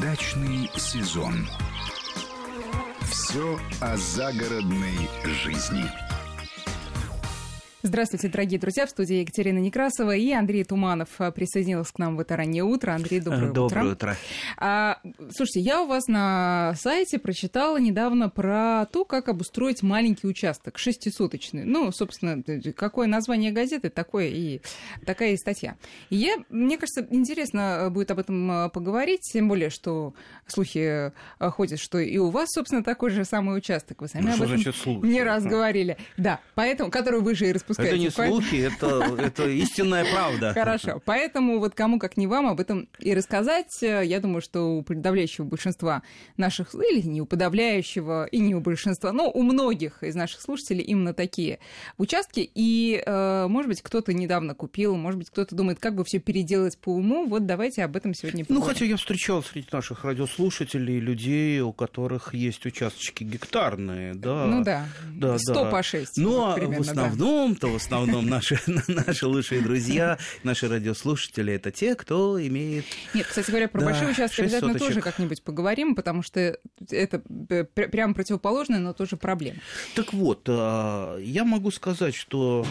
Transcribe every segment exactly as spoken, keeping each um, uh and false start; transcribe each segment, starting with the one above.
Дачный сезон. Все о загородной жизни. Здравствуйте, дорогие друзья. В студии Екатерина Некрасова и Андрей Туманов присоединился к нам в это раннее утро. Андрей, доброе, доброе утро. Доброе утро. А, слушайте, я у вас на сайте прочитала недавно про то, как обустроить маленький участок, шестисоточный. Ну, собственно, какое название газеты, такое и, такая и статья. И я, мне кажется, интересно будет об этом поговорить, тем более, что слухи ходят, что и у вас, собственно, такой же самый участок. Вы сами ну, об что этом значит слухи? не раз говорили. Да, поэтому, который вы же и распускаете. Это не слухи, это, это истинная правда. Хорошо. Поэтому вот кому как не вам об этом и рассказать. Я думаю, что у подавляющего большинства наших, или не у подавляющего, и не у большинства, но у многих из наших слушателей именно такие участки. И, может быть, кто-то недавно купил, может быть, кто-то думает, как бы все переделать по уму. Вот давайте об этом сегодня поговорим. Ну, хотя я встречал среди наших радиослушателей людей, у которых есть участочки гектарные. Да. Ну да, да сто да. по шесть. Ну, вот, а примерно, в основном, да. в основном наши, наши лучшие друзья, наши радиослушатели, это те, кто имеет... Нет, кстати говоря, про да, большие участки обязательно соточек. тоже как-нибудь поговорим, потому что это прямо противоположное, но тоже проблема. Так вот, я могу сказать, что...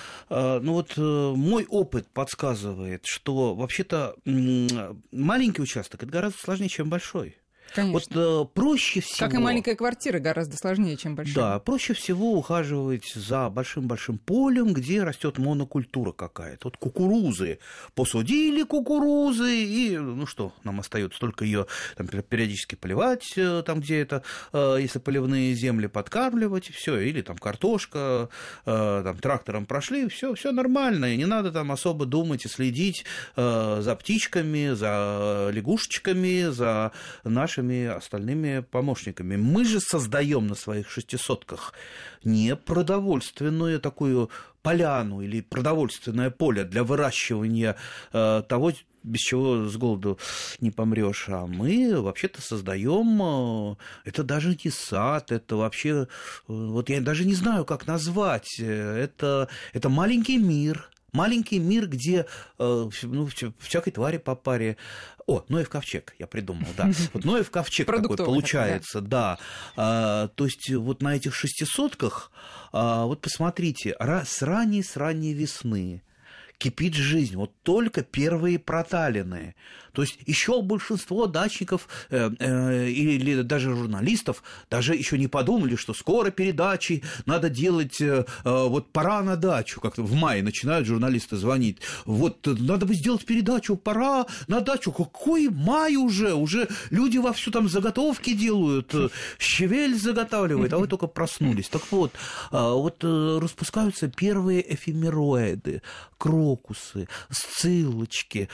Ну вот мой опыт подсказывает, что вообще-то маленький участок – это гораздо сложнее, чем большой. Конечно. Вот э, проще всего... Как и маленькая квартира гораздо сложнее, чем большая. Да, проще всего ухаживать за большим-большим полем, где растет монокультура какая-то. Вот кукурузы. Посадили кукурузы, и, ну что, нам остается только ее там, периодически поливать, там, где это, э, если поливные земли подкармливать, все, или там картошка, э, там, трактором прошли, все, все нормально, и не надо там особо думать и следить э, за птичками, за лягушечками, за нашими остальными помощниками. Мы же создаем на своих шестисотках не продовольственную такую поляну или продовольственное поле для выращивания э, того, без чего с голоду не помрешь, а мы вообще-то создаем, это даже не сад, это вообще, вот я даже не знаю, как назвать, это, это маленький мир. Маленький мир, где э, ну, всякой твари по паре. О, Ноев ковчег, я придумал, да. Вот Ноев ковчег такой получается, да. А, то есть вот на этих шестисотках, а, вот посмотрите, с ранней, с ранней весны кипит жизнь, вот только первые проталины. То есть еще большинство дачников э, э, или даже журналистов даже еще не подумали, что скоро передачи надо делать, э, э, вот пора на дачу, как-то в мае начинают журналисты звонить, вот надо бы сделать передачу, пора на дачу, какой май уже, уже люди вовсю там заготовки делают, щавель заготавливают, а вы только проснулись. Так вот, э, вот э, распускаются первые эфемероиды, крокусы, сциллочки,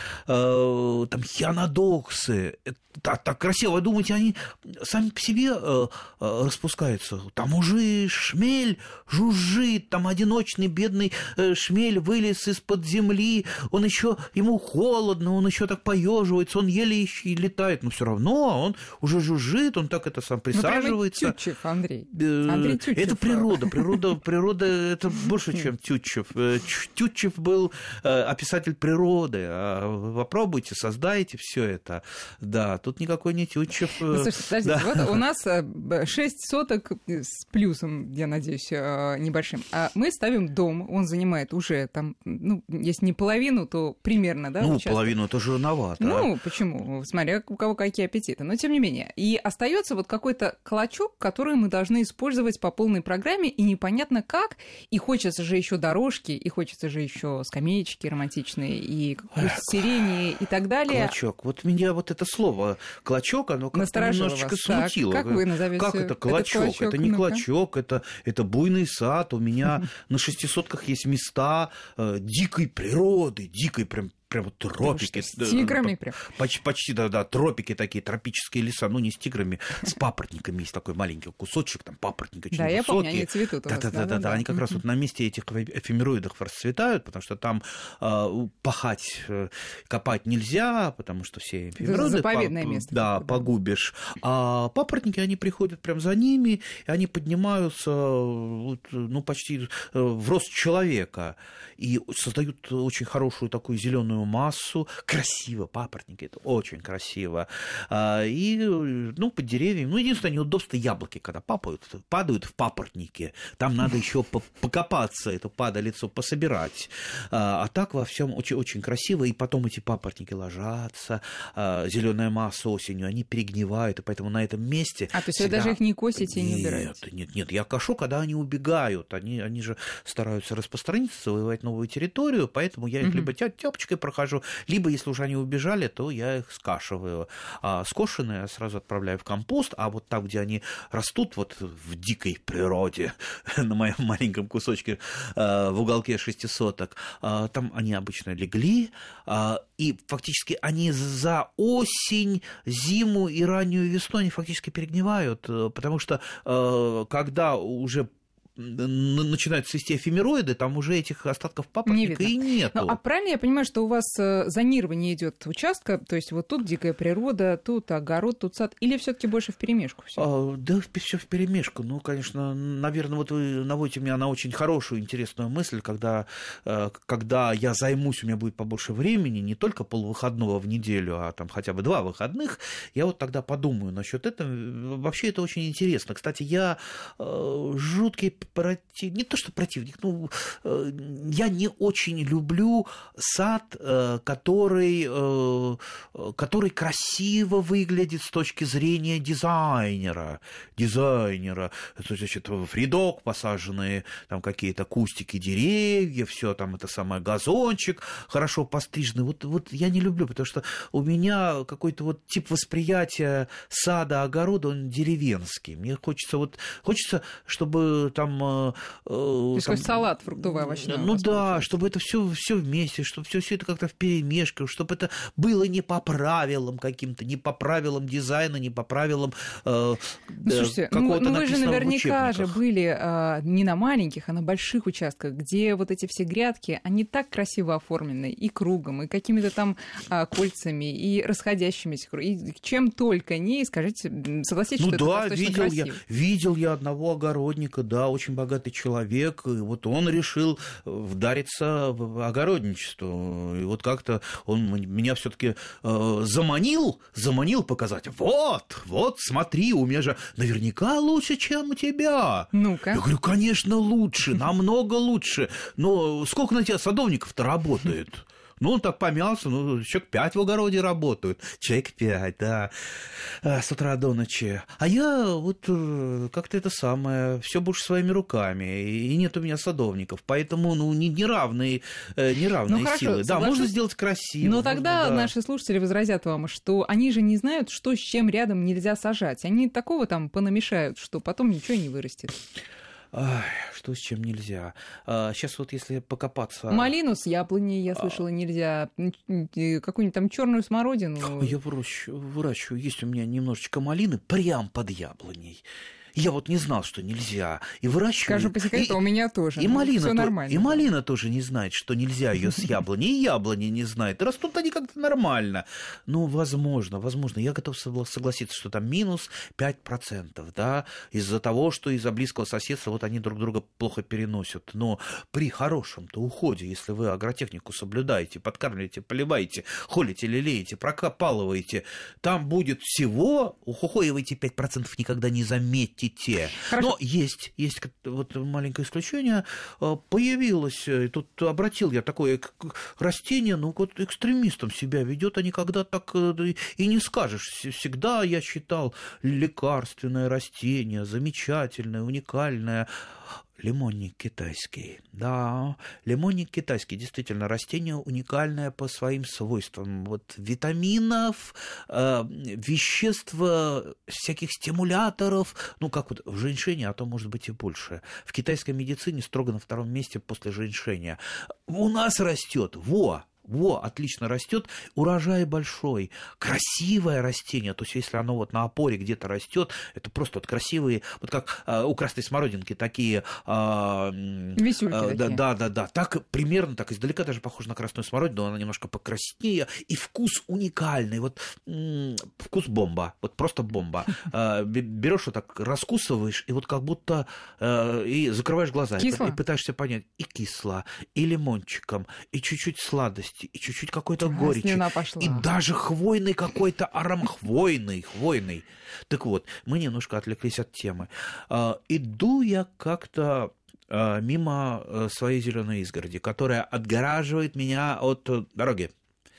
э, там хианодоксы. Так, так красиво, вы думаете, они сами по себе э, э, распускаются. Там уже шмель жужжит, там одиночный бедный э, шмель вылез из-под земли, он еще, ему холодно, он еще так поеживается, он еле еще и летает, но все равно он уже жужжит, он так это сам присаживается. Ну, Тютчев, Андрей. Андрей Тютчев. Это природа, природа, природа, это больше, чем Тютчев. Тютчев был описатель природы, а попробуйте, создайте все это, да. Тут никакой не Тютчев. Ну, слушайте, подождите, да. Вот у нас шесть соток с плюсом, я надеюсь, небольшим. А мы ставим дом, он занимает уже там, ну, если не половину, то примерно, да? Ну, участок. половину это же рановато. Ну, а? почему? Смотря у кого какие аппетиты. Но тем не менее. И остается вот какой-то клочок, который мы должны использовать по полной программе, и непонятно как. И хочется же еще дорожки, и хочется же еще скамеечки романтичные, и куст сирени, и так далее. Клочок. Вот меня вот это слово клочок, оно как-то немножечко вас. смутило. Так, как вы назовете? Как это клочок? клочок? Это не Ну-ка. клочок, это, это буйный сад. У меня на шестисотках есть места э, дикой природы, дикой прям прям вот тропики. С тиграми прям. Почти, почти, да, да, тропики такие, тропические леса, ну не с тиграми, с папоротниками есть такой маленький кусочек, там папоротника очень Да, я высокие. помню, они цветут у вас. Да, да, да, да, они как раз вот на месте этих эфемероидов расцветают, потому что там э, пахать, э, копать нельзя, потому что все эфемероиды заповедное по, место. Да, погубишь. А папоротники, они приходят прям за ними, и они поднимаются вот, ну, почти в рост человека и создают очень хорошую такую зеленую зеленую массу. Красиво, папоротники, это очень красиво. И, ну, под деревьями, ну, единственное неудобство — яблоки, когда падают, падают в папоротники. Там надо еще покопаться, эту падалицу пособирать. А так во всем очень, очень красиво. И потом эти папоротники ложатся, зеленая масса осенью, они перегнивают, и поэтому на этом месте... А, то есть всегда... вы даже их не косите и не убираете? Нет, нет, нет, я кошу, когда они убегают. Они, они же стараются распространиться, завоевать новую территорию, поэтому я их mm-hmm. либо тёпочкой прохожу, либо, если уже они убежали, то я их скашиваю. А скошенные я сразу отправляю в компост, а вот там, где они растут, вот в дикой природе, на моем маленьком кусочке в уголке шестисоток, там они обычно легли, и фактически они за осень, зиму и раннюю весну они фактически перегнивают, потому что когда уже начинают цвести эфемероиды, там уже этих остатков папоротника не и нету. Ну, а правильно я понимаю, что у вас зонирование идет участка, то есть вот тут дикая природа, тут огород, тут сад, или все-таки больше вперемешку все? А, да, все вперемешку. Ну, конечно, наверное, вот вы наводите меня на очень хорошую, интересную мысль, когда, когда я займусь, у меня будет побольше времени, не только полвыходного в неделю, а там хотя бы два выходных, я вот тогда подумаю насчет этого. Вообще это очень интересно. Кстати, я жуткий против... не то что противник, ну, я не очень люблю сад, который, который красиво выглядит с точки зрения дизайнера. Дизайнера. То есть, значит, в рядок посаженные там какие-то кустики деревьев, все там это самое, газончик хорошо постриженный. Вот, вот я не люблю, потому что у меня какой-то вот тип восприятия сада, огорода, он деревенский. Мне хочется вот, хочется, чтобы там... То есть там, салат фруктовый, овощной. Ну да, получается. Чтобы это все, все вместе, чтобы все, все это как-то вперемешку, чтобы это было не по правилам каким-то, не по правилам дизайна, не по правилам э, Слушайте, какого-то ну, ну вы же наверняка же учебниках. были э, не на маленьких, а на больших участках, где вот эти все грядки, они так красиво оформлены и кругом, и какими-то там э, кольцами, и расходящимися, и чем только не, скажите, согласитесь, ну что да, это достаточно видел красиво. я, видел я одного огородника, да, очень богатый человек, и вот он решил вдариться в огородничество, и вот как-то он меня все-таки э, заманил, заманил показать, вот, вот, смотри, у меня же наверняка лучше, чем у тебя. Ну-ка. Я говорю, конечно, лучше, намного лучше, но сколько на тебя садовников-то работает? Ну, он так помялся, ну, человек пять в огороде работают. Человек пять, да, с утра до ночи. А я вот как-то это самое, все больше своими руками, и нет у меня садовников, поэтому, ну, неравные, неравные ну, силы. Да, можно сделать красиво. Но можно, тогда да. наши слушатели возразят вам, что они же не знают, что с чем рядом нельзя сажать. Они такого там понамешают, что потом ничего не вырастет. Ай, что с чем нельзя? А, сейчас вот если покопаться... Малину с яблоней, я слышала, нельзя. Какую-нибудь там черную смородину. Я выращиваю, выращиваю. Есть у меня немножечко малины прям под яблоней. Я вот не знал, что нельзя. И выращиваю. Скажу по секрету, и, у меня тоже. И, малина, Всё то, нормально. и малина тоже не знает, что нельзя ее с яблони. И яблони не знает. Растут они как-то нормально. Ну, возможно, возможно. Я готов согласиться, что там минус пять процентов, да, из-за того, что из-за близкого соседства вот они друг друга плохо переносят. Но при хорошем-то уходе, если вы агротехнику соблюдаете, подкармливаете, поливаете, холите, лелеете, прокопалываете, там будет всего, ухухоиваете пять процентов, никогда не заметите. Хорошо. Но есть, есть вот маленькое исключение. Появилось, и тут обратил я такое растение, ну вот экстремистом себя ведет, а никогда так и не скажешь. Всегда я считал лекарственное растение, замечательное, уникальное. Лимонник китайский. Да, лимонник китайский, действительно, растение уникальное по своим свойствам. Вот витаминов, э, веществ, всяких стимуляторов, ну, как вот в женьшене, а то, может быть, и больше. В китайской медицине строго на втором месте после женьшеня. У нас растет, во! Во, отлично растет, урожай большой, красивое растение, то есть если оно вот на опоре где-то растет, это просто вот красивые, вот как э, у красной смородинки такие... Э, Висюльки э, такие. Да, да, да, так примерно, так издалека даже похоже на красную смородину, она немножко покраснее, и вкус уникальный, вот м- вкус бомба, вот просто бомба. Э, берешь вот так, раскусываешь, и вот как будто э, и закрываешь глаза, и, и пытаешься понять, и кисло, и лимончиком, и чуть-чуть сладость, сладости, и чуть-чуть какой-то А, горечи. слюна пошла. И даже хвойный какой-то аромат. Хвойный, хвойный. Так вот, мы немножко отвлеклись от темы. А, иду я как-то а, мимо а, своей зеленой изгороди, которая отгораживает меня от дороги.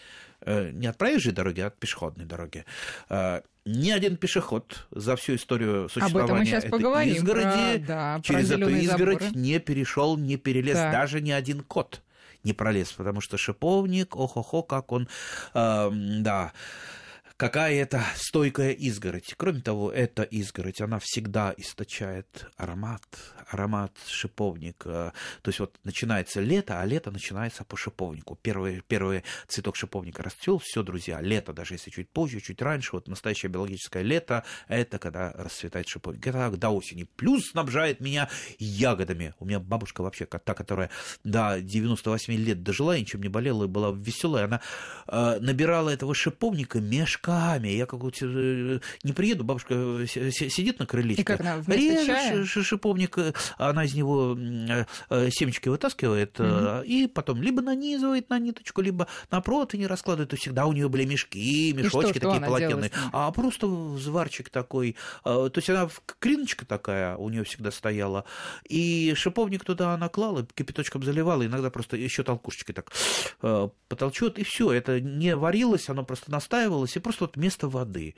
А, не от проезжей дороги, а от пешеходной дороги. А, ни один пешеход за всю историю существования Об этом мы сейчас этой поговорим, изгороди про, да, через про эту изгородь заборы. не перешел, не перелез, Так. даже ни один кот не пролез, потому что шиповник, ох-охо, как он, э, да, какая это стойкая изгородь. Кроме того, эта изгородь, она всегда источает аромат, аромат шиповника. То есть вот начинается лето, а лето начинается по шиповнику. Первый, первый цветок шиповника расцвел, все, друзья, лето, даже если чуть позже, чуть раньше, вот настоящее биологическое лето, это когда расцветает шиповник. Это до осени. Плюс снабжает меня ягодами. У меня бабушка вообще, та, которая до девяноста восьми лет дожила, ничем не болела и была веселая, она э, набирала этого шиповника мешками. Я как-то не приеду, бабушка сидит на крылечке, И как она, вместо чая? режет шиповник, она из него семечки вытаскивает, угу. и потом либо нанизывает на ниточку, либо на противень раскладывает. И всегда у нее были мешки, мешочки что, такие что полотенные. А просто взварчик такой. То есть она криночка такая у нее всегда стояла. И шиповник туда она клала, кипяточком заливала, иногда просто еще толкушечкой так потолчет, и все. Это не варилось, оно просто настаивалось, и просто вот вместо воды.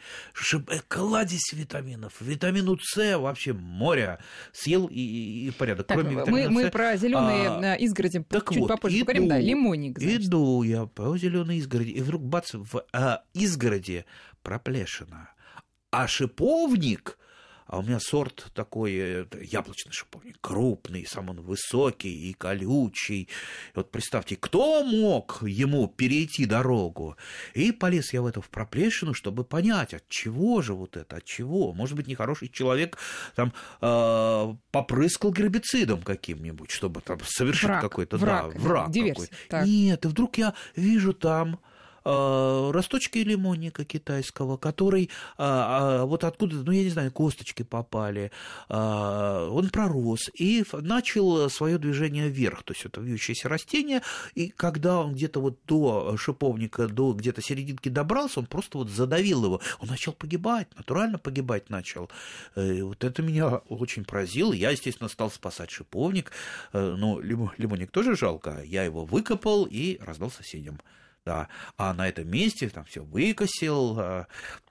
Кладезь витаминов. Витамину С вообще море. Съел и, и порядок. Так, кроме мы, витамина С. мы про зеленые а, изгороди чуть вот, попозже иду, поговорим. Да, лимонник, значит. Иду я по зеленой изгороди, и вдруг бац, в а, изгороди проплешина. А шиповник... А у меня сорт такой, яблочный шиповник, крупный, сам он высокий и колючий. И вот представьте, кто мог ему перейти дорогу? И полез я в эту в проплешину, чтобы понять, от чего же вот это, от чего? Может быть, нехороший человек там э, попрыскал гербицидом каким-нибудь, чтобы там совершить враг, какой-то враг, да, враг диверсия, какой-то. Нет, и вдруг я вижу там росточки лимонника китайского, который а, а, вот откуда, ну, я не знаю, косточки попали, а, он пророс и начал свое движение вверх, то есть это вьющееся растение, и когда он где-то вот до шиповника, до где-то серединки добрался, он просто вот задавил его, он начал погибать, натурально погибать начал. И вот это меня очень поразило, я, естественно, стал спасать шиповник, но лимонник тоже жалко, я его выкопал и раздал соседям. Да, а на этом месте там все выкосил, а,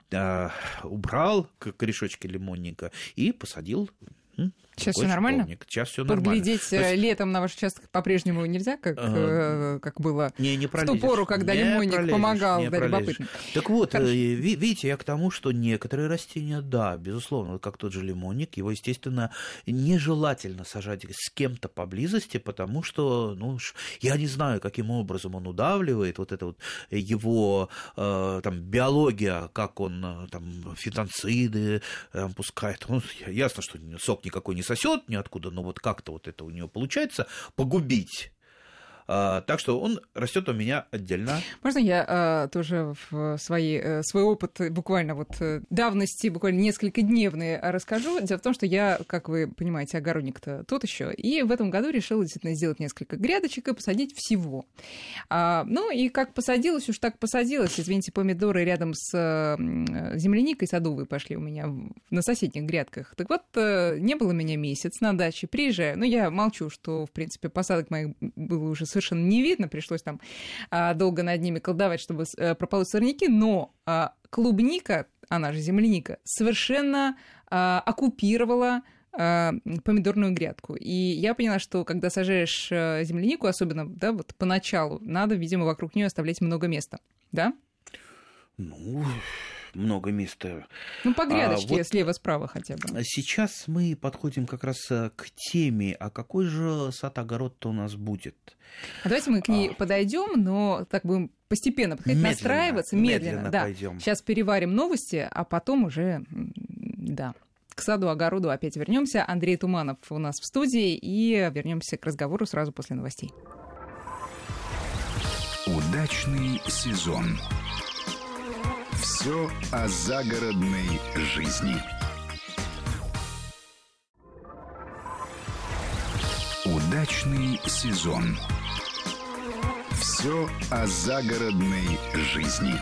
а, убрал корешочки лимонника и посадил. Сейчас все нормально? Сейчас все нормально. Подглядеть есть... летом на ваш участок по-прежнему нельзя, как, а... как было не, не в ту пору, когда не лимонник пролезешь, помогал, не да, любопытно. Так вот, Хорошо. видите, я к тому, что некоторые растения, да, безусловно, как тот же лимонник, его, естественно, нежелательно сажать с кем-то поблизости, потому что, ну, я не знаю, каким образом он удавливает, вот это вот его там биология, как он там фитонциды там, пускает. Ну, ясно, что сок никакой не сосет ниоткуда, но вот как-то вот это у него получается погубить. А, так что он растет у меня отдельно. Можно я а, тоже в свои, свой опыт буквально вот давности, буквально несколько дневные расскажу. Дело в том, что я, как вы понимаете, огородник-то тот еще, и в этом году решила действительно сделать несколько грядочек и посадить всего. А, ну и как посадилось, уж так посадилось. Извините, помидоры рядом с земляникой садовой пошли у меня на соседних грядках. Так вот, не было меня месяц на даче, приезжаю. Ну, я молчу, что, в принципе, посадок моих было уже совершенно не видно, пришлось там а, долго над ними колдовать, чтобы а, прополоть сорняки, но а, клубника, она же земляника, совершенно а, оккупировала а, помидорную грядку. И я поняла, что когда сажаешь а, землянику, особенно, да, вот поначалу, надо, видимо, вокруг нее оставлять много места, да? Ну... много места. Ну, по грядочке, а вот слева-справа хотя бы. Сейчас мы подходим как раз к теме, а какой же сад-огород-то у нас будет? А давайте мы к ней а... подойдем, но так будем постепенно подходить, медленно, настраиваться, медленно. медленно да. Пойдем. Сейчас переварим новости, а потом уже, да, к саду-огороду опять вернемся. Андрей Туманов у нас в студии, и вернемся к разговору сразу после новостей. Удачный сезон. Все о загородной жизни. Удачный сезон. Все Все о загородной жизни.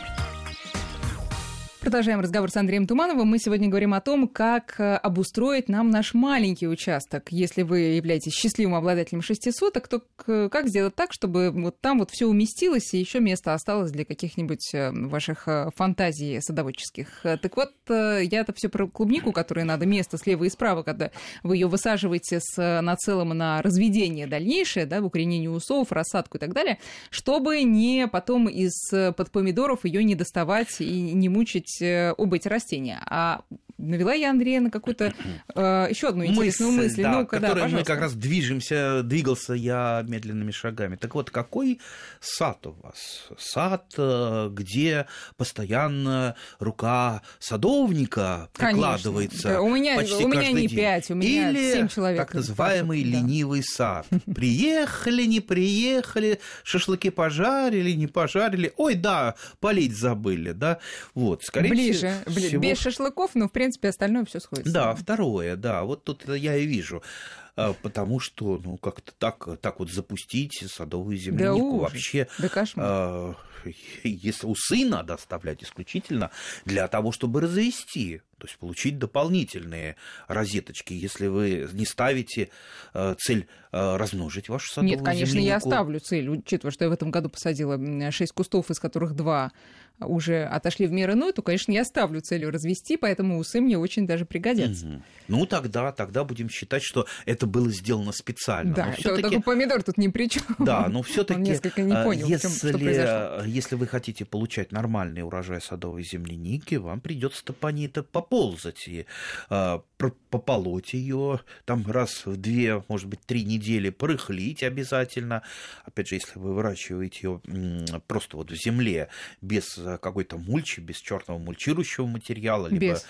Продолжаем разговор с Андреем Тумановым. Мы сегодня говорим о том, как обустроить нам наш маленький участок. Если вы являетесь счастливым обладателем шести соток, то как сделать так, чтобы вот там вот все уместилось и еще место осталось для каких-нибудь ваших фантазий садоводческих. Так вот, я это все про клубнику, которой надо место слева и справа, когда вы ее высаживаете с нацелом на разведение дальнейшее, да, в укоренение усов, рассадку и так далее, чтобы не потом из-под помидоров ее не доставать и не мучить оба эти растения. А навела я, Андрея, на какую-то э, еще одну интересную мысль. мысль. Да, Ну-ка, которой да, мы как раз движемся, двигался я медленными шагами. Так вот, какой сад у вас? Сад, где постоянно рука садовника прикладывается. Конечно. У меня, почти у меня не день. пять, у меня Или семь человек. так называемый да. ленивый сад. Приехали, не приехали, шашлыки пожарили, не пожарили. Ой, да, полить забыли, да. Вот, скорее Ближе, всего... без шашлыков, но, в принципе, остальное все сходится. Да, второе, да, вот тут я и вижу. Потому что, ну, как-то так, так вот запустить садовую землянику да вообще... Да кошмар. Если усы надо оставлять исключительно для того, чтобы развести, то есть получить дополнительные розеточки, если вы не ставите цель размножить вашу садовую землянику. Нет, конечно, землянику. я ставлю цель, учитывая, что я в этом году посадила шесть кустов, из которых два уже отошли в мир иной, то, конечно, я ставлю целью развести, поэтому усы мне очень даже пригодятся. Угу. Ну, тогда, тогда будем считать, что это было сделано специально. Да, но только помидор тут ни при чем. Да, но все-таки, несколько не понял, если, в чем, что произошло. Если вы хотите получать нормальный урожай садовой земляники, вам придется по ней-то поползать и а, пополоть ее, там раз в две, может быть, три недели порыхлить обязательно. Опять же, если вы выращиваете ее просто вот в земле без какой-то мульчи, без черного мульчирующего материала, либо без.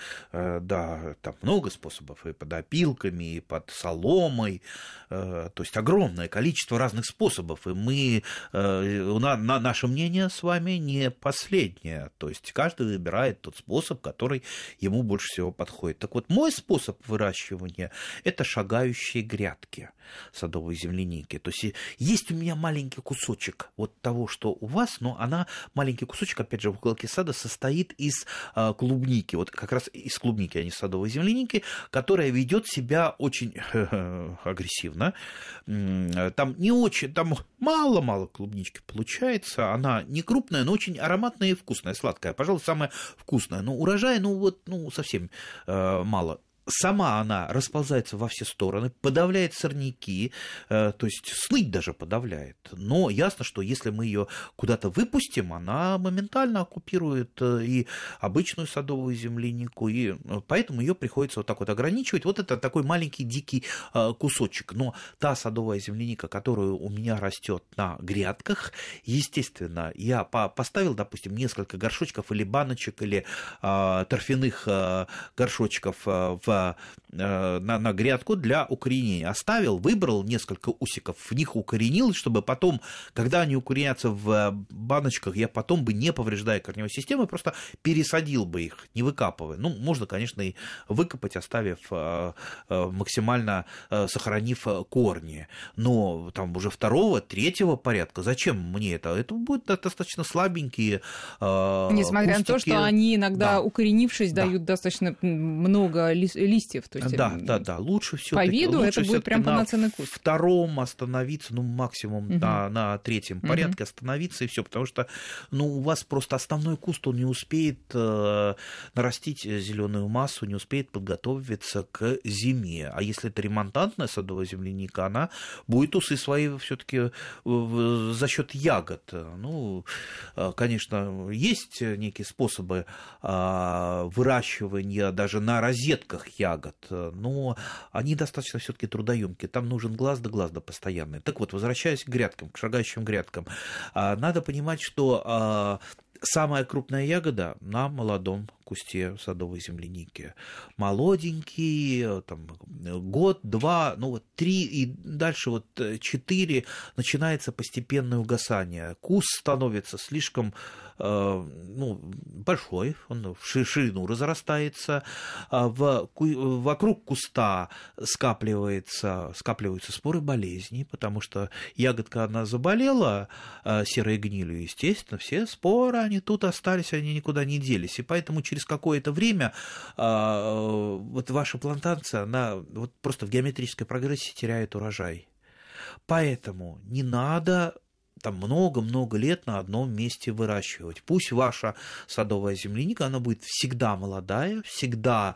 Да, там много способов и под опилками, и под соломой, то есть огромное количество разных способов, и мы, наше мнение с вами не последнее, то есть каждый выбирает тот способ, который ему больше всего подходит. Так вот, мой способ выращивания – это шагающие грядки садовой земляники. То есть есть у меня маленький кусочек вот того, что у вас, но она, маленький кусочек, опять же, в уголке сада состоит из а, клубники, вот как раз из клубники, а не садовой земляники, которая ведет себя очень агрессивно. Там не очень, там мало-мало клубнички получается, она не крупная, но очень ароматная и вкусная, сладкая, пожалуй, самая вкусная. Но урожая, ну вот, ну совсем э, мало. Сама она расползается во все стороны, подавляет сорняки, э, то есть сныть даже подавляет. Но ясно, что если мы ее куда-то выпустим, она моментально оккупирует э, и обычную садовую землянику, и поэтому ее приходится вот так вот ограничивать. Вот это такой маленький дикий э, кусочек. Но та садовая земляника, которая у меня растет на грядках, естественно, я по- поставил, допустим, несколько горшочков или баночек, или э, торфяных э, горшочков э, в На, на грядку для укоренения. Оставил, выбрал несколько усиков, в них укоренил, чтобы потом, когда они укоренятся в баночках, я потом бы, не повреждая корневой системы, просто пересадил бы их, не выкапывая. Ну, можно, конечно, и выкопать, оставив максимально, сохранив корни. Но там уже второго, третьего порядка, зачем мне это? Это будут достаточно слабенькие Несмотря кустики. на то, что они иногда, да. укоренившись, да. дают достаточно много листьев. То есть, да, да, да. Лучше все-таки. По виду лучше это будет прям полноценный куст. На втором остановиться, ну, максимум угу. на, на третьем порядке угу. остановиться, и все, потому что, ну, у вас просто основной куст, он не успеет э, нарастить зеленую массу, не успеет подготовиться к зиме. А если это ремонтантная садовая земляника, она будет усы свои все-таки за счет ягод. Ну, конечно, есть некие способы выращивания даже на розетках ягод, но они достаточно все-таки трудоемкие. Там нужен глаз да глаз да постоянный. Так вот, возвращаясь к грядкам, к шагающим грядкам, надо понимать, что самая крупная ягода на молодом кусте садовой земляники. Молоденький, там, год, два, ну вот три и дальше вот четыре начинается постепенное угасание. Куст становится слишком ну, большой, он в ширину разрастается, вокруг куста скапливается, скапливаются споры болезней, потому что ягодка, она заболела серой гнилью, естественно, все споры, они тут остались, они никуда не делись, и поэтому через какое-то время вот ваша плантация, она вот просто в геометрической прогрессии теряет урожай. Поэтому не надо там много-много лет на одном месте выращивать. Пусть ваша садовая земляника, она будет всегда молодая, всегда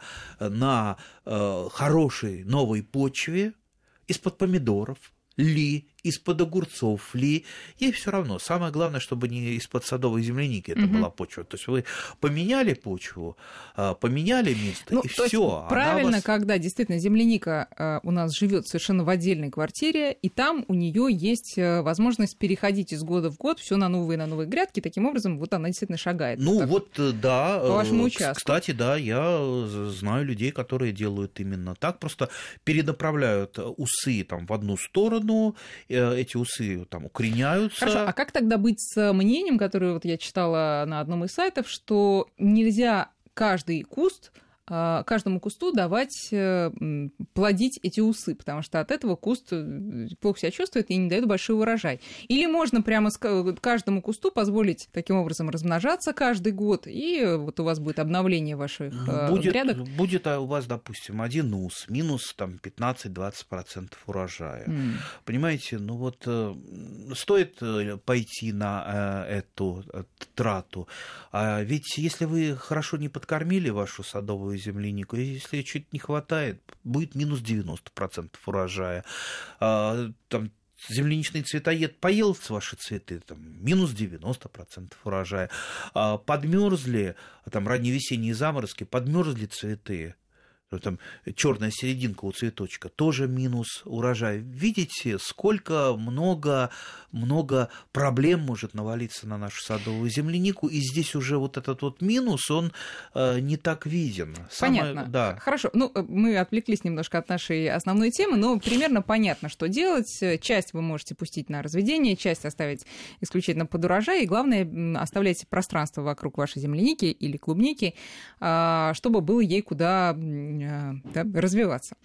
на э, хорошей новой почве, из-под помидоров ли, из-под огурцов ли, ей все равно. Самое главное, чтобы не из-под садовой земляники это угу. была почва. То есть вы поменяли почву, поменяли место, ну, и все. Правильно, вас... когда действительно земляника у нас живет совершенно в отдельной квартире, и там у нее есть возможность переходить из года в год все на новые на новые грядки. Таким образом, вот она действительно шагает. Ну так, вот, да. По вашему участку. Кстати, да, я знаю людей, которые делают именно так. Просто перенаправляют усы там, в одну сторону, эти усы там укореняются. Хорошо, а как тогда быть с мнением, которое вот я читала на одном из сайтов, что нельзя каждый куст, каждому кусту давать плодить эти усы, потому что от этого куст плохо себя чувствует и не дает большой урожай. Или можно прямо каждому кусту позволить таким образом размножаться каждый год, и вот у вас будет обновление ваших будет, грядок? Будет у вас, допустим, один ус, минус там, пятнадцать-двадцать процентов урожая. Mm. Понимаете, ну вот стоит пойти на эту трату, ведь если вы хорошо не подкормили вашу садовую землянику, если чуть не хватает, будет минус девяносто процентов урожая. А, там, земляничный цветоед поел ваши цветы, там, минус девяносто процентов урожая. А, подмерзли, там, ранневесенние заморозки, подмерзли цветы. Там черная серединка у цветочка, тоже минус урожай. Видите, сколько много, много проблем может навалиться на нашу садовую землянику, и здесь уже вот этот вот минус, он э, не так виден. Самое, понятно. Да. Хорошо, ну, мы отвлеклись немножко от нашей основной темы, но примерно понятно, что делать. Часть вы можете пустить на разведение, часть оставить исключительно под урожай, и главное, оставляйте пространство вокруг вашей земляники или клубники, чтобы было ей куда... Да, развиваться.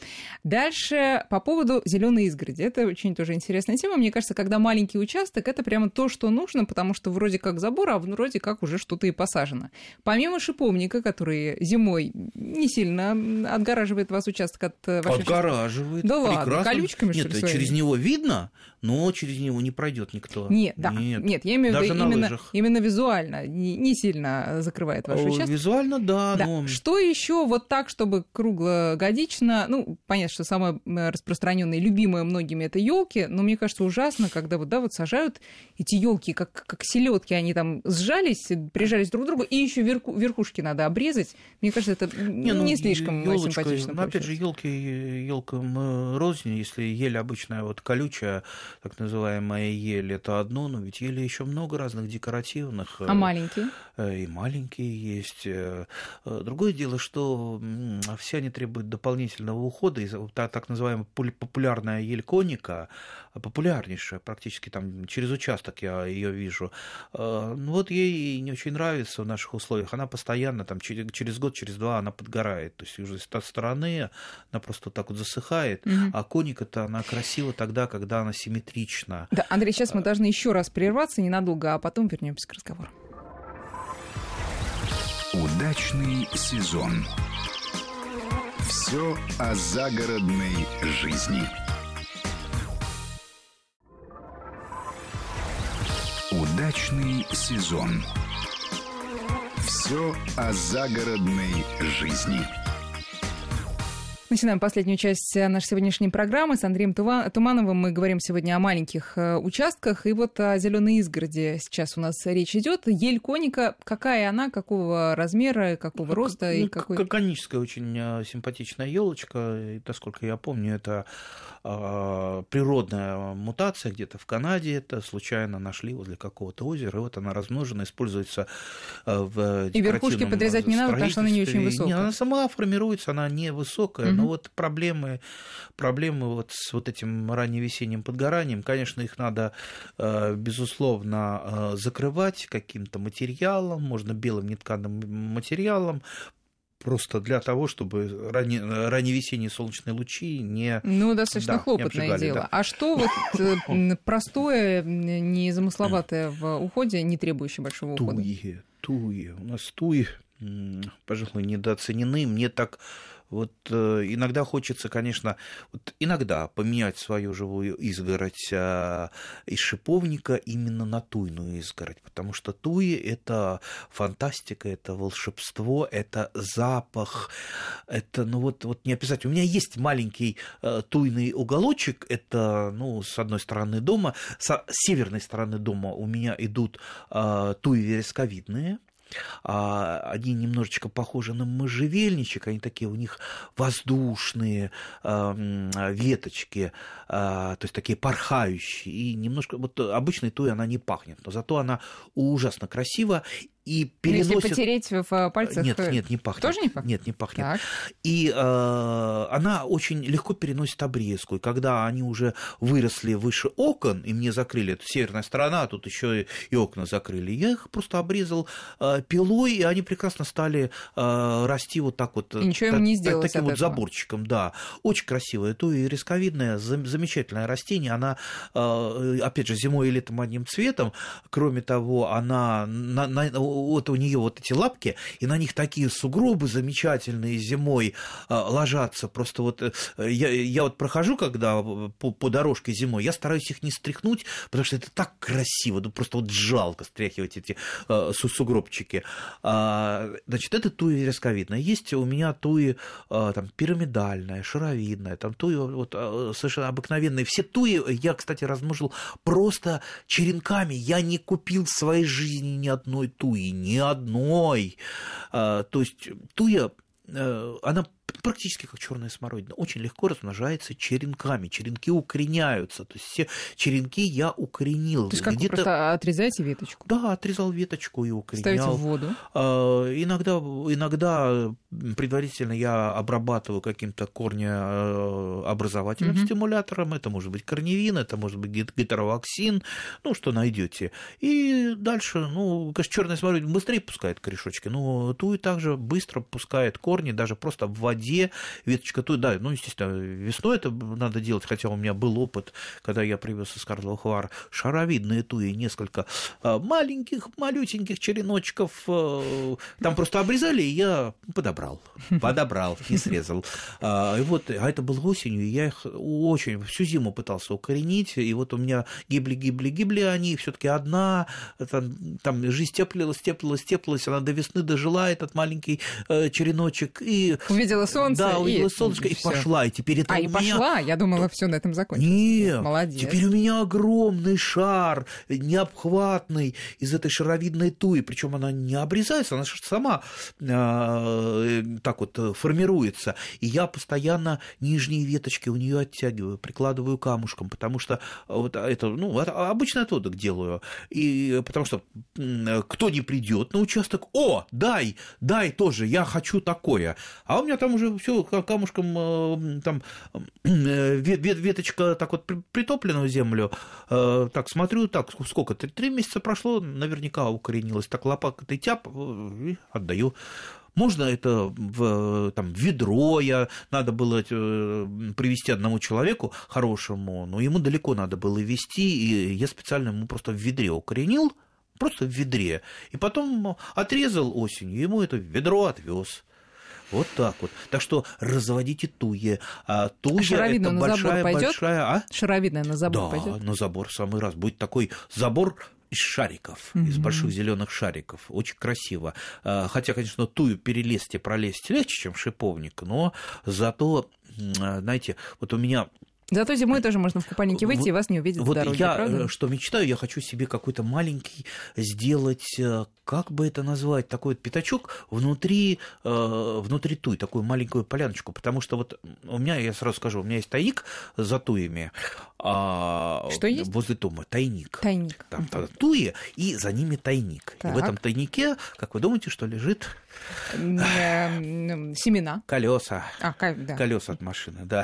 Дальше по поводу зеленой изгороди. Это очень тоже интересная тема. Мне кажется, когда маленький участок, это прямо то, что нужно, потому что вроде как забор, а вроде как уже что-то и посажено. Помимо шиповника, который зимой не сильно отгораживает вас участок от вашей... Отгораживает. Да ладно, колючками, Нет, что ли, через него видно, но через него не пройдет никто. Нет, да. Нет, Нет, я имею в виду именно, именно визуально, не, не сильно закрывает ваш О, участок. Визуально, да. да. Но... Что еще вот так, чтобы круглогодично, ну, понятно, что самое распространенное и любимое многими это елки, но мне кажется ужасно, когда вот, да, вот сажают эти елки, как, как селедки, они там сжались, прижались друг к другу, и еще верху, верхушки надо обрезать. Мне кажется, это не, ну, не слишком ёлочка, симпатично. Но опять же, елки елкам рознь, если ель обычная, вот колючая, так называемая ель, это одно, но ведь ели еще много разных декоративных. А маленькие? И маленькие есть. Другое дело, что все они требуют дополнительного ухода. И так, так называемая популярная ель коника, популярнейшая, практически там через участок я ее вижу. Ну вот ей не очень нравится в наших условиях. Она постоянно там через, через год, через два она подгорает. То есть уже с той стороны она просто так вот засыхает. Угу. А коника-то она красива тогда, когда она симметрична. Да, Андрей, сейчас мы должны еще раз прерваться ненадолго, а потом вернемся к разговору. Удачный сезон. Все о загородной жизни. Удачный сезон. Все о загородной жизни. Начинаем последнюю часть нашей сегодняшней программы. С Андреем Тумановым мы говорим сегодня о маленьких участках. И вот о зеленой изгороди сейчас у нас речь идет. Ель коника, какая она, какого размера, какого роста? Ну, и какой... Коническая очень симпатичная елочка. Насколько я помню, это э, природная мутация где-то в Канаде. Это случайно нашли возле какого-то озера. И вот она размножена, используется в декоративном И верхушки подрезать не надо, потому что она не очень высокая. Не, она сама формируется, она невысокая. но вот проблемы, проблемы вот с вот этим ранневесенним подгоранием, конечно, их надо, безусловно, закрывать каким-то материалом, можно белым нетканым материалом, просто для того, чтобы ранне, ранневесенние солнечные лучи не... Ну, достаточно да, хлопотное обжигали, дело. Да. А что вот простое, незамысловатое в уходе, не требующее большого ухода? Туи, туи. У нас туи, пожалуй, недооценены. Мне так... Вот э, иногда хочется, конечно, вот иногда поменять свою живую изгородь э, из шиповника именно на туйную изгородь, потому что туи – это фантастика, это волшебство, это запах, это, ну вот, вот не описать. У меня есть маленький э, туйный уголочек, это, ну, с одной стороны дома, с северной стороны дома у меня идут э, туи вересковидные. Они немножечко похожи на можжевельничек, они такие, у них воздушные э, веточки, э, то есть такие порхающие, и немножко, вот обычной туи она не пахнет, но зато она ужасно красива. И переносит... Если потереть в пальцах... Нет, нет, не пахнет. Тоже не пахнет? Нет, не пахнет. Так. И э, она очень легко переносит обрезку. И когда они уже выросли выше окон, и мне закрыли, это северная сторона, а тут еще и окна закрыли, я их просто обрезал э, пилой, и они прекрасно стали э, расти вот так вот. И ничего им не сделалось таким от вот этого. Заборчиком, да. Очень красивое. Туи вересковидное, замечательное растение. Она, э, опять же, зимой и летом одним цветом. Кроме того, она... На, на, вот у нее вот эти лапки, и на них такие сугробы замечательные зимой а, ложатся. Просто вот я, я вот прохожу, когда по, по дорожке зимой, я стараюсь их не стряхнуть, потому что это так красиво, ну просто вот жалко стряхивать эти а, сугробчики. А, значит, это туи вересковидная. Есть у меня туи а, там, пирамидальная, шаровидная, там туи вот, а, совершенно обыкновенные. Все туи я, кстати, размножил просто черенками. Я не купил в своей жизни ни одной туи, ни одной. А, то есть туя, она практически как черная смородина, очень легко размножается черенками, черенки укореняются, то есть все черенки я укоренил. То есть как вы просто отрезаете веточку? Да, отрезал веточку и укоренял. Ставите в воду? Иногда, иногда предварительно я обрабатываю каким-то корнеобразовательным mm-hmm. стимулятором, это может быть корневин, это может быть гетероваксин, ну, что найдете. И дальше, ну, конечно, черная смородина быстрее пускает корешочки, но туи также быстро пускает корни, даже просто в воде. Веточка туи, да, ну, естественно, весной это надо делать, хотя у меня был опыт, когда я привез из Карловых Вар шаровидные туи, несколько маленьких, малюсеньких череночков, там просто обрезали, и я подобрал, подобрал, не срезал. И вот, а это было осенью, и я их очень всю зиму пытался укоренить, и вот у меня гибли, гибли, гибли они, все-таки одна, там, там жизнь теплилась, теплилась, теплилась, она до весны дожила, этот маленький череночек, и... Увидела солнце. Да, увидела и... солнышко, и, и пошла. И теперь это а, у и меня... пошла? Я думала, все на этом закончилось. Нет, молодец. Теперь у меня огромный шар, необхватный, из этой шаровидной туи. Причем она не обрезается, она сама э, так вот формируется. И я постоянно нижние веточки у нее оттягиваю, прикладываю камушком, потому что вот это, ну, обычно отводок делаю. И потому что кто не придет на участок, о, дай, дай тоже, я хочу такое. А у меня там уже все камушком, там веточка так вот притоплена в землю. Так смотрю, так сколько, три месяца прошло, наверняка укоренилась. Так лопатой тяп и отдаю. Можно это в там, ведро, я, надо было привезти одному человеку хорошему, но ему далеко надо было везти, и я специально ему просто в ведре укоренил, просто в ведре, и потом отрезал осенью, ему это ведро отвез. Вот так вот. Так что разводите туи. А туя а это на большая, большая... А? Шаровидная на забор да, пойдет? На забор в самый раз. Будет такой забор из шариков, mm-hmm. из больших зеленых шариков. Очень красиво. Хотя, конечно, тую перелезть и пролезть легче, чем шиповник, но зато, знаете, вот у меня Зато зимой тоже можно в купальнике выйти, вот, и вас не увидят вот в дороге, я, правда? Что мечтаю, я хочу себе какой-то маленький сделать, как бы это назвать, такой вот пятачок внутри, э, внутри туи, такую маленькую поляночку, потому что вот у меня, я сразу скажу, у меня есть тайник за туями. А, что есть? Возле дома тайник. Тайник. Там uh-huh. туи, и за ними тайник. Так. И в этом тайнике, как вы думаете, что лежит? Семена. Колеса. А, да. Колеса от машины, да.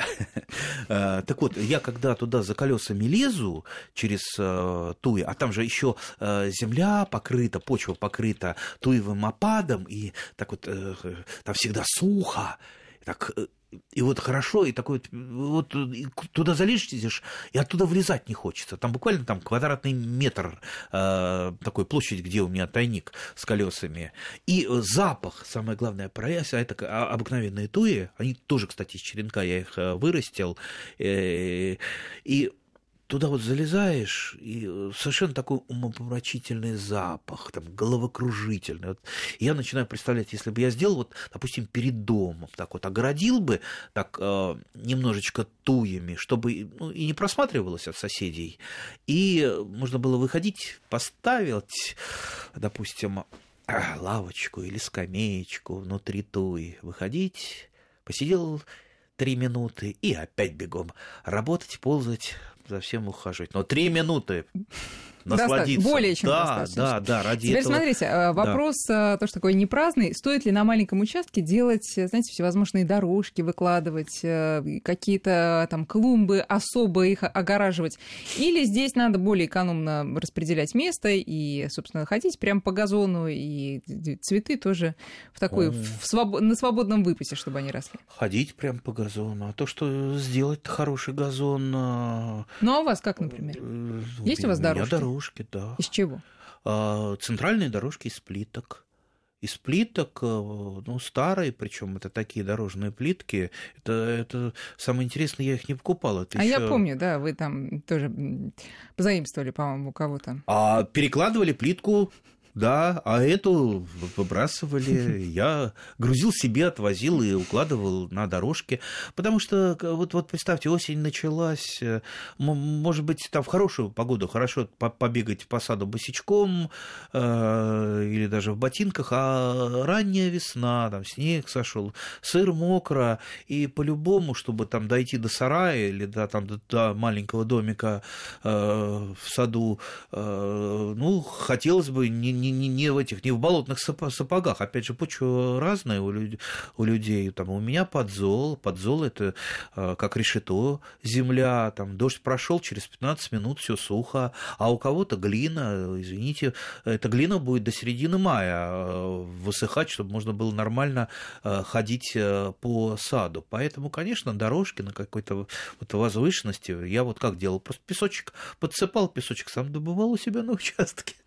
Так вот, я когда туда за колесами лезу через туи, а там же еще земля покрыта, почва покрыта туевым опадом, и так вот там всегда сухо, так. И вот хорошо, и такой вот туда залезешь, и оттуда вылезать не хочется. Там буквально там квадратный метр э, такой площади, где у меня тайник с колесами. И запах, самое главное, прояса, это обыкновенные туи. Они тоже, кстати, из черенка я их вырастил. Э, и туда вот залезаешь, и совершенно такой умопомрачительный запах, там, головокружительный. Вот я начинаю представлять, если бы я сделал, вот, допустим, перед домом, так вот огородил бы так э, немножечко туями, чтобы ну, и не просматривалось от соседей, и можно было выходить, поставить, допустим, лавочку или скамеечку внутри туи, выходить, посидел три минуты и опять бегом работать, ползать, за всем ухаживать. Но три минуты насладиться. Более чем да, достаточно. Да, да, ради Теперь этого. смотрите, вопрос да. тоже такой не праздный. Стоит ли на маленьком участке делать, знаете, всевозможные дорожки выкладывать, какие-то там клумбы, особо их огораживать? Или здесь надо более экономно распределять место и, собственно, ходить прямо по газону, и цветы тоже в такой, в своб... на свободном выпасе, чтобы они росли? Ходить прямо по газону. А то, что сделать хороший газон... Ну, а у вас как, например? Есть у вас дорожки? Дорожки, да. Из чего? Центральные дорожки из плиток. Из плиток, ну, старые, причем это такие дорожные плитки. Это, это самое интересное, я их не покупал. Это а ещё... я помню, да, вы там тоже позаимствовали, по-моему, у кого-то. А перекладывали плитку. Да, а эту выбрасывали, я грузил себе, отвозил и укладывал на дорожки, потому что, вот, вот представьте, осень началась, может быть, там в хорошую погоду хорошо побегать по саду босичком э, или даже в ботинках, а ранняя весна, там снег сошел, сыр мокро, и по-любому, чтобы там дойти до сарая или до, там, до маленького домика э, в саду, э, ну, хотелось бы не Не, не, не в этих, не в болотных сапогах. Опять же, почва разная у, люд, у людей. Там, у меня подзол. Подзол – это э, как решето, земля. Там, дождь прошел, через пятнадцать минут все сухо. А у кого-то глина. Извините, эта глина будет до середины мая высыхать, чтобы можно было нормально э, ходить э, по саду. Поэтому, конечно, дорожки на какой-то вот возвышенности. Я вот как делал? Просто песочек подсыпал, песочек сам добывал у себя на участке.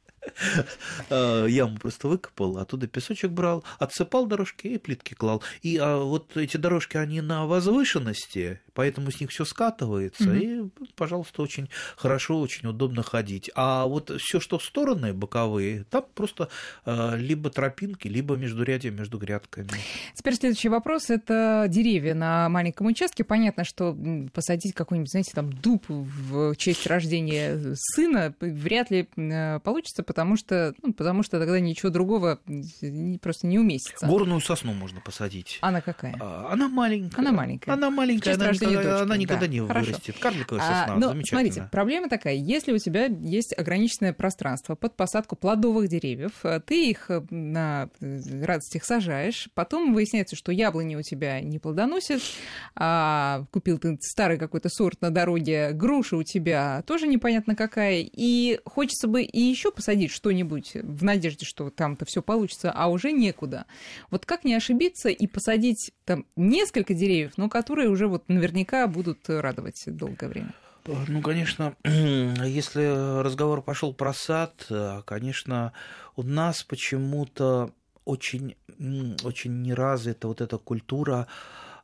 Яму просто выкопал, оттуда песочек брал, отсыпал дорожки и плитки клал. И а вот эти дорожки, они на возвышенности, поэтому с них все скатывается, mm-hmm. и, пожалуйста, очень хорошо, очень удобно ходить. А вот все, что стороны боковые, там просто либо тропинки, либо междурядья между грядками. Теперь следующий вопрос – это деревья на маленьком участке. Понятно, что посадить какой-нибудь, знаете, там дуб в честь рождения сына вряд ли получится, потому что, ну, потому что тогда ничего другого просто не уместится. Горную сосну можно посадить. Она какая? Она маленькая. Она маленькая. Она маленькая, она никогда, она никогда да, не хорошо. вырастет. Карликовая сосна, а, но, замечательно. Смотрите, проблема такая. Если у тебя есть ограниченное пространство под посадку плодовых деревьев, ты их на радость их сажаешь, потом выясняется, что яблони у тебя не плодоносят, а купил ты старый какой-то сорт на дороге, груша у тебя тоже непонятно какая, и хочется бы и еще посадить что-нибудь в надежде, что там-то все получится, а уже некуда. Вот как не ошибиться и посадить там несколько деревьев, но которые уже вот наверняка будут радовать долгое время? Ну, конечно, если разговор пошел про сад, конечно, у нас почему-то очень, очень не развита вот эта культура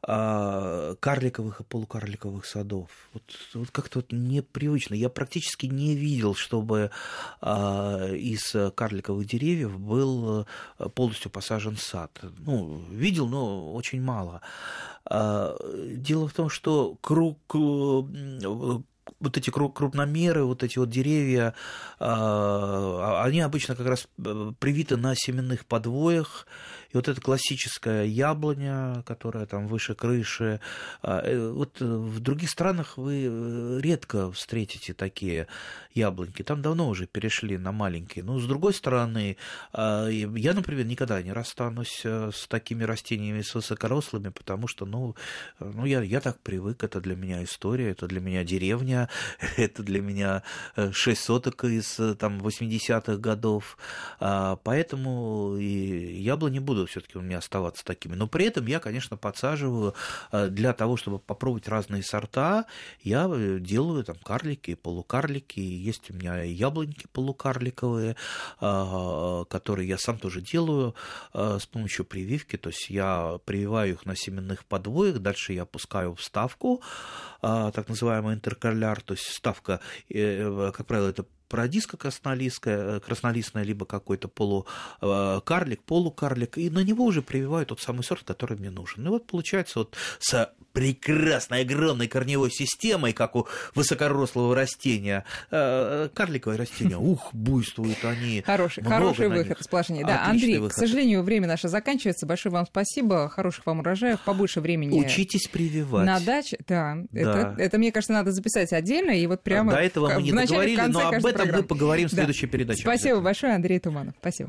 а, карликовых и полукарликовых садов. Вот, вот как-то вот непривычно. Я практически не видел, чтобы а, из карликовых деревьев был полностью посажен сад. Ну, видел, но очень мало. А, дело в том, что круг... Вот эти крупномеры, вот эти вот деревья, они обычно как раз привиты на семенных подвоях. И вот эта классическая яблоня, которая там выше крыши, вот в других странах вы редко встретите такие яблоньки. Там давно уже перешли на маленькие. Но с другой стороны, я, например, никогда не расстанусь с такими растениями, с высокорослыми, потому что, ну, ну я, я так привык, это для меня история, это для меня деревня, это для меня шесть соток из там, восьмидесятых годов. Поэтому и яблони будут все-таки у меня оставаться такими. Но при этом я, конечно, подсаживаю для того, чтобы попробовать разные сорта. Я делаю там карлики, полукарлики. Есть у меня яблоньки полукарликовые, которые я сам тоже делаю с помощью прививки. То есть я прививаю их на семенных подвоях, дальше я пускаю вставку, так называемый интеркаляр, то есть вставка, как правило, это парадиска краснолистная, краснолистная, либо какой-то полукарлик, полукарлик, и на него уже прививают тот самый сорт, который мне нужен. И вот получается вот с прекрасной, огромной корневой системой, как у высокорослого растения, карликовое растение, ух, буйствуют они. Хороший, хороший выход из положения. Да, Андрей, выход. К сожалению, время наше заканчивается. Большое вам спасибо, хороших вам урожаев, побольше времени. Учитесь прививать. На даче, да. да. Это, это, мне кажется, надо записать отдельно, и вот прямо до этого мы не договорили, но об этом мы поговорим в следующей да. передаче. Спасибо большое, Андрей Туманов. Спасибо.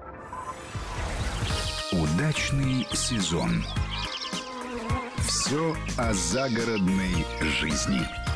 Удачный сезон. Все о загородной жизни.